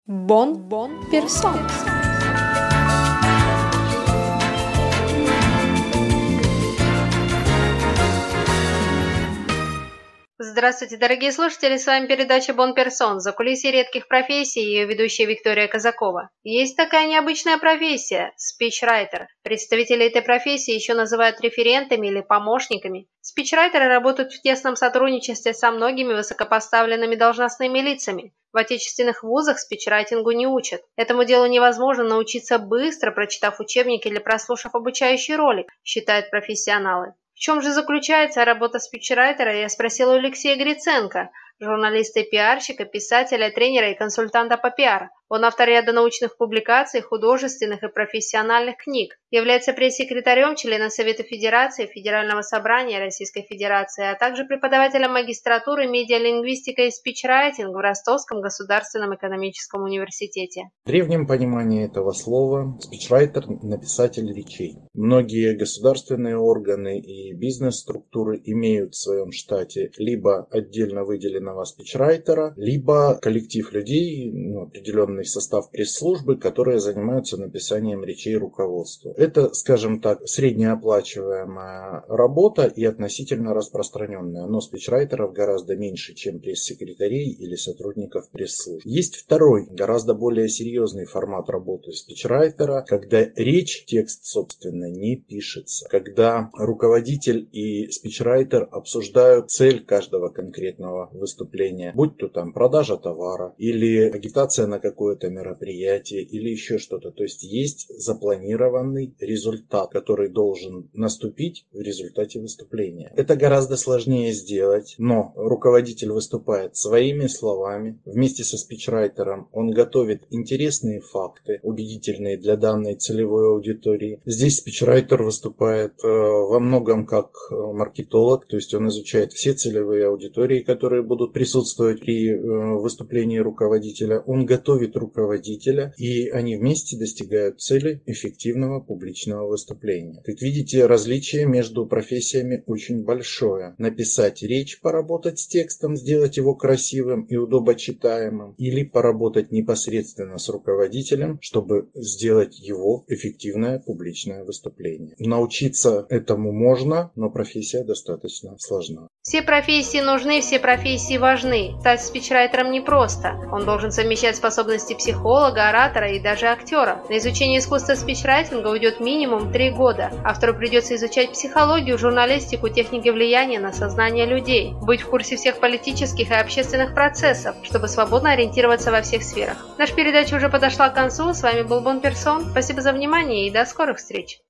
Бон Персон. Здравствуйте, дорогие слушатели, с вами передача «Бон Персон», закулисье редких профессий, ее ведущая Виктория Казакова. Есть такая необычная профессия – спичрайтер. Представители этой профессии еще называют референтами или помощниками. Спичрайтеры работают в тесном сотрудничестве со многими высокопоставленными должностными лицами. В отечественных вузах спичрайтингу не учат. Этому делу невозможно научиться быстро, прочитав учебник или прослушав обучающий ролик, считают профессионалы. В чем же заключается работа спичрайтера, я спросила у Алексея Гриценко, журналиста и пиарщика, писателя, тренера и консультанта по пиару. Он автор ряда научных публикаций, художественных и профессиональных книг, является пресс-секретарем, члена Совета Федерации, Федерального собрания Российской Федерации, а также преподавателем магистратуры медиалингвистика и спичрайтинг в Ростовском государственном экономическом университете. В древнем понимании этого слова спичрайтер – написатель речей. Многие государственные органы и бизнес-структуры имеют в своем штате либо отдельно выделенного спичрайтера, либо коллектив людей, определенный состав пресс-службы, которые занимаются написанием речей руководству. Это, скажем так, среднеоплачиваемая работа и относительно распространенная, но спичрайтеров гораздо меньше, чем пресс-секретарей или сотрудников пресс-служб. Есть второй, гораздо более серьезный формат работы спичрайтера, когда речь, текст, собственно, не пишется. Когда руководитель и спичрайтер обсуждают цель каждого конкретного выступления, будь то там продажа товара или агитация на какое-то мероприятие или еще что-то. То есть есть запланированный результат, который должен наступить в результате выступления. Это гораздо сложнее сделать, но руководитель выступает своими словами. Вместе со спичрайтером он готовит интересные факты, убедительные для данной целевой аудитории. Здесь спичрайтер выступает во многом как маркетолог, то есть он изучает все целевые аудитории, которые будут присутствовать при выступлении руководителя. Он готовит руководителя, и они вместе достигают цели эффективного публичного выступления. Как видите, различие между профессиями очень большое. Написать речь, поработать с текстом, сделать его красивым и удобочитаемым, или поработать непосредственно с руководителем, чтобы сделать его эффективное публичное выступление. Научиться этому можно, но профессия достаточно сложна. Все профессии нужны, все профессии важны. Стать спичрайтером непросто. Он должен совмещать способности психолога, оратора и даже актера. На изучение искусства спичрайтинга уйдет минимум 3 года. Автору придется изучать психологию, журналистику, техники влияния на сознание людей, быть в курсе всех политических и общественных процессов, чтобы свободно ориентироваться во всех сферах. Наша передача уже подошла к концу. С вами был Бон Персон. Спасибо за внимание и до скорых встреч.